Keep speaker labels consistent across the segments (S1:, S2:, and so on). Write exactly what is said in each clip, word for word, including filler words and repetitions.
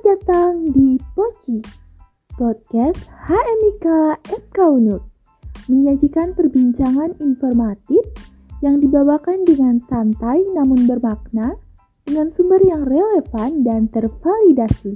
S1: datang di Poci, podcast H M I K F K U N U R, menyajikan perbincangan informatif yang dibawakan dengan santai namun bermakna, dengan sumber yang relevan dan tervalidasi.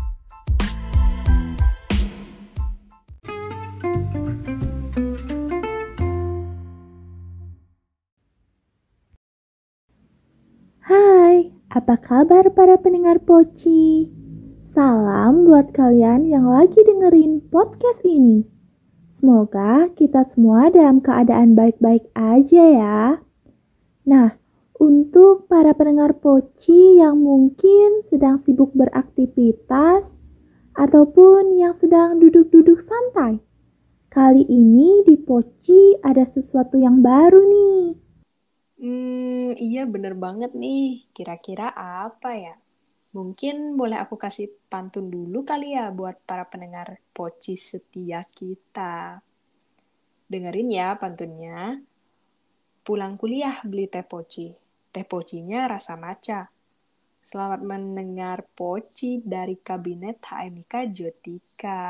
S1: Hai, apa kabar para pendengar Poci? Salam buat kalian yang lagi dengerin podcast ini. Semoga kita semua dalam keadaan baik-baik aja ya. Nah, untuk para pendengar Poci yang mungkin sedang sibuk beraktivitas ataupun yang sedang duduk-duduk santai, kali ini di Poci ada sesuatu yang baru nih.
S2: Hmm, iya bener banget nih. Kira-kira apa ya? Mungkin boleh aku kasih pantun dulu kali ya buat para pendengar Poci setia kita. Dengerin ya pantunnya. Pulang kuliah beli teh poci. Teh pocinya rasa matcha. Selamat mendengar Poci dari Kabinet H M I K Jotika.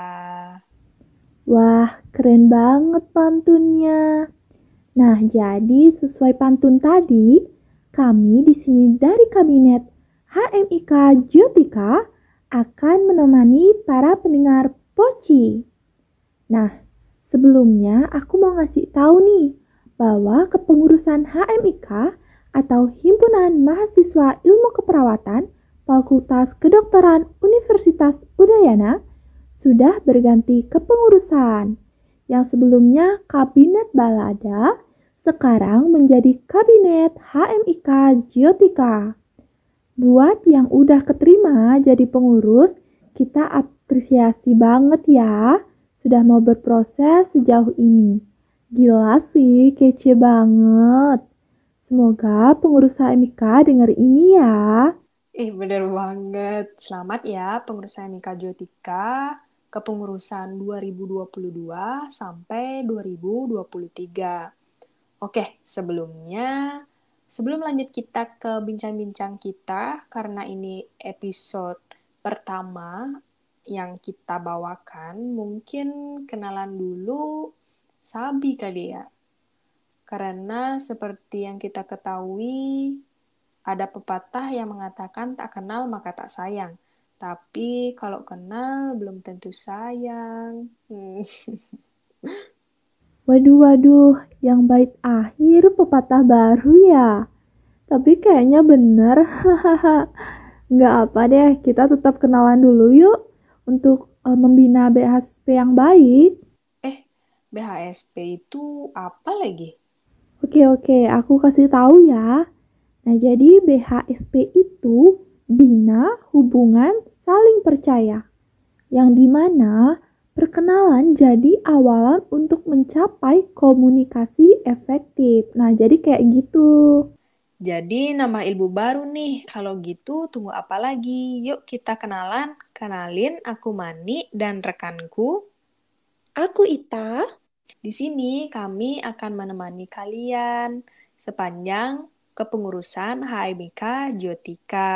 S1: Wah, keren banget pantunnya. Nah, jadi sesuai pantun tadi, kami di sini dari Kabinet H M I K Jotika akan menemani para pendengar Poci. Nah, sebelumnya aku mau ngasih tahu nih bahwa kepengurusan H M I K atau Himpunan Mahasiswa Ilmu Keperawatan Fakultas Kedokteran Universitas Udayana sudah berganti kepengurusan. Yang sebelumnya Kabinet Balada, sekarang menjadi Kabinet H M I K Jotika. Buat yang udah keterima jadi pengurus, kita apresiasi banget ya, sudah mau berproses sejauh ini. Gila sih, kece banget. Semoga pengurus H M I K denger ini ya.
S2: Eh, bener banget. Selamat ya pengurus H M I K Jotika kepengurusan dua ribu dua puluh dua sampai dua ribu dua puluh tiga. Oke, sebelumnya, sebelum lanjut kita ke bincang-bincang kita, karena ini episode pertama yang kita bawakan, mungkin kenalan dulu Sabi kali ya. Karena seperti yang kita ketahui, ada pepatah yang mengatakan tak kenal maka tak sayang. Tapi kalau kenal belum tentu sayang. Hmm.
S1: Waduh-waduh, yang baik akhir pepatah baru ya. Tapi kayaknya bener. Nggak apa deh, kita tetap kenalan dulu yuk untuk uh, membina B H S P yang baik.
S2: Eh, B H S P itu apa lagi?
S1: Oke oke, aku kasih tahu ya. Nah jadi B H S P itu bina hubungan saling percaya. Yang dimana perkenalan jadi awalan untuk mencapai komunikasi efektif. Nah jadi kayak gitu.
S2: Jadi nama ilmu baru nih. Kalau gitu tunggu apa lagi? Yuk kita kenalan. Kenalin aku Mani dan rekanku.
S3: Aku Ita.
S2: Di sini kami akan menemani kalian sepanjang kepengurusan H M I K Jotika.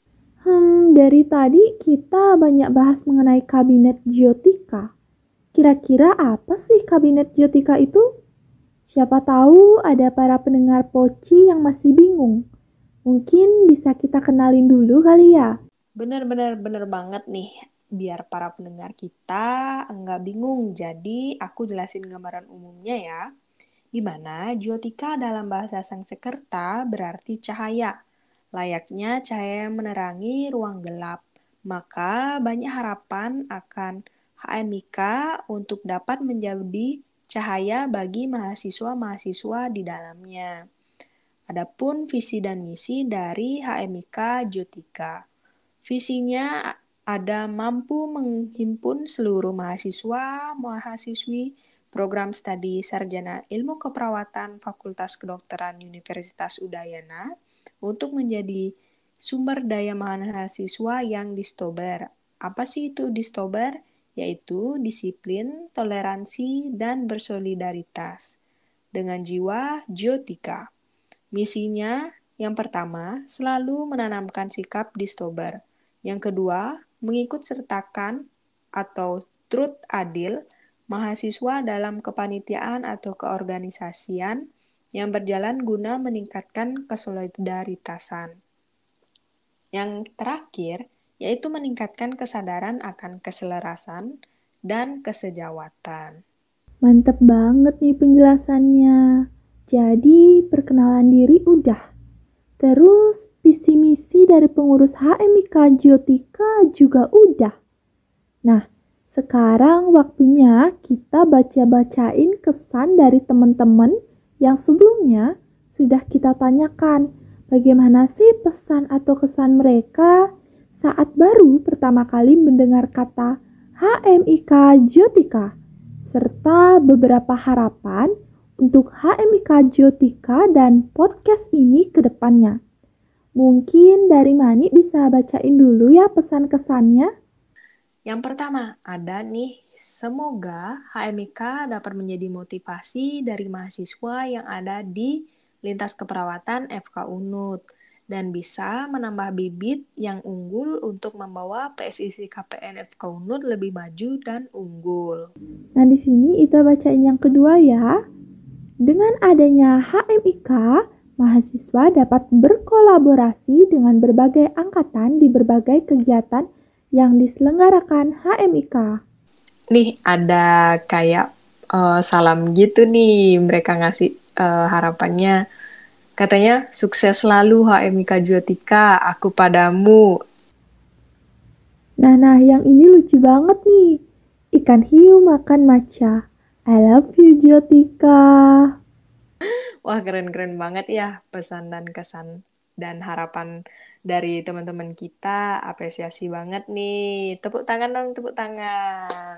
S1: Hmm, dari tadi kita banyak bahas mengenai kabinet Jotika. Kira-kira apa sih kabinet Jotika itu? Siapa tahu ada para pendengar Poci yang masih bingung. Mungkin bisa kita kenalin dulu kali ya.
S2: Bener-bener bener banget nih. Biar para pendengar kita enggak bingung. Jadi aku jelasin gambaran umumnya ya. Di mana Jotika dalam bahasa Sanskerta berarti cahaya. Layaknya cahaya yang menerangi ruang gelap. Maka banyak harapan akan H M I K untuk dapat menjadi cahaya bagi mahasiswa-mahasiswa di dalamnya. Adapun visi dan misi dari H M I K Jotika. Visinya ada mampu menghimpun seluruh mahasiswa, mahasiswi program studi Sarjana Ilmu Keperawatan Fakultas Kedokteran Universitas Udayana untuk menjadi sumber daya mahasiswa yang distober. Apa sih itu distober? Yaitu disiplin, toleransi, dan bersolidaritas dengan jiwa Jotika. Misinya yang pertama, selalu menanamkan sikap distober. Yang kedua, mengikut sertakan atau truth adil mahasiswa dalam kepanitiaan atau keorganisasian yang berjalan guna meningkatkan kesolidaritasan. Yang terakhir, yaitu meningkatkan kesadaran akan keselarasan dan kesejawatan.
S1: Mantep banget nih penjelasannya. Jadi, perkenalan diri udah. Terus, visi misi dari pengurus H M I K Jiotika juga udah. Nah, sekarang waktunya kita baca-bacain kesan dari teman-teman yang sebelumnya sudah kita tanyakan bagaimana sih pesan atau kesan mereka saat baru pertama kali mendengar kata H M I K Jiotika, serta beberapa harapan untuk H M I K Jiotika dan podcast ini ke depannya. Mungkin dari Mani bisa bacain dulu ya pesan kesannya.
S2: Yang pertama, ada nih, semoga H M I K dapat menjadi motivasi dari mahasiswa yang ada di lintas keperawatan F K U N U T dan bisa menambah bibit yang unggul untuk membawa P S I S I K P N F K U N U T lebih maju dan unggul.
S1: Nah, di sini Ita bacain yang kedua ya. Dengan adanya H M I K, mahasiswa dapat berkolaborasi dengan berbagai angkatan di berbagai kegiatan yang diselenggarakan H M I K.
S2: Nih, ada kayak uh, salam gitu nih, mereka ngasih uh, harapannya. Katanya, sukses selalu H M I K Jiotika, aku padamu.
S1: Nah, nah, yang ini lucu banget nih. Ikan hiu makan maca. I love you, Jiotika.
S2: Wah, keren-keren banget ya pesan dan kesan dan harapan dari teman-teman kita. Apresiasi banget nih. Tepuk tangan dong, tepuk tangan.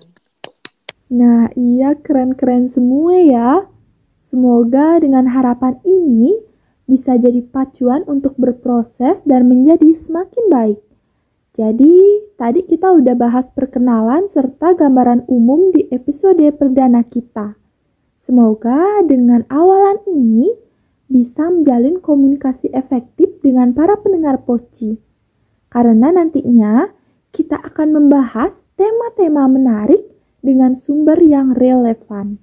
S1: Nah, iya keren-keren semua ya. Semoga dengan harapan ini bisa jadi pacuan untuk berproses dan menjadi semakin baik. Jadi, tadi kita udah bahas perkenalan serta gambaran umum di episode perdana kita. Semoga dengan awalan ini bisa menjalin komunikasi efektif dengan para pendengar Poci. Karena nantinya kita akan membahas tema-tema menarik dengan sumber yang relevan.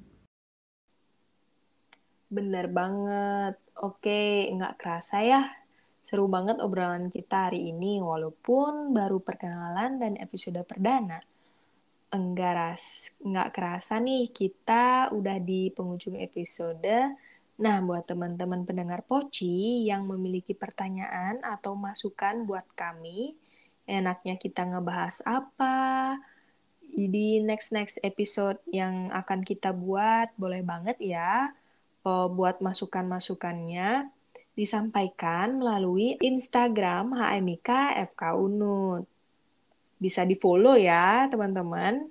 S2: Bener banget. Oke, nggak kerasa ya. Seru banget obrolan kita hari ini, walaupun baru perkenalan dan episode perdana. Enggak, ras, nggak kerasa nih, kita udah di penghujung episode. Nah, buat teman-teman pendengar Poci yang memiliki pertanyaan atau masukan buat kami, enaknya kita ngebahas apa di next-next episode yang akan kita buat, boleh banget ya. Oh, buat masukan-masukannya disampaikan melalui Instagram H M I K F K U N U T. Bisa di-follow ya, teman-teman.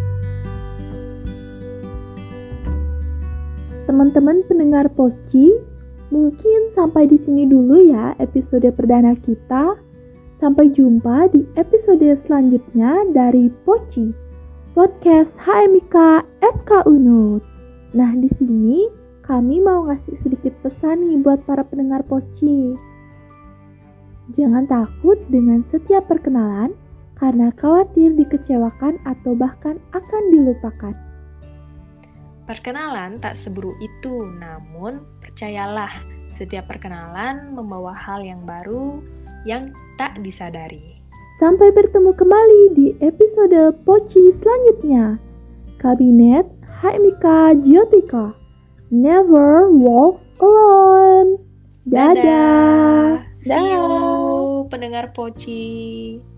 S1: Teman-teman pendengar Poci, mungkin sampai di sini dulu ya episode perdana kita. Sampai jumpa di episode selanjutnya dari Poci, podcast H M I K F K U N U T. Nah, di sini kami mau ngasih sedikit pesan nih buat para pendengar Poci. Jangan takut dengan setiap perkenalan karena khawatir dikecewakan atau bahkan akan dilupakan.
S2: Perkenalan tak seburu itu, namun percayalah, setiap perkenalan membawa hal yang baru yang tak disadari.
S1: Sampai bertemu kembali di episode Poci selanjutnya. Kabinet H M I K Jiotika. Never walk alone. Dadah.
S2: Dadah. See you, pendengar Poci.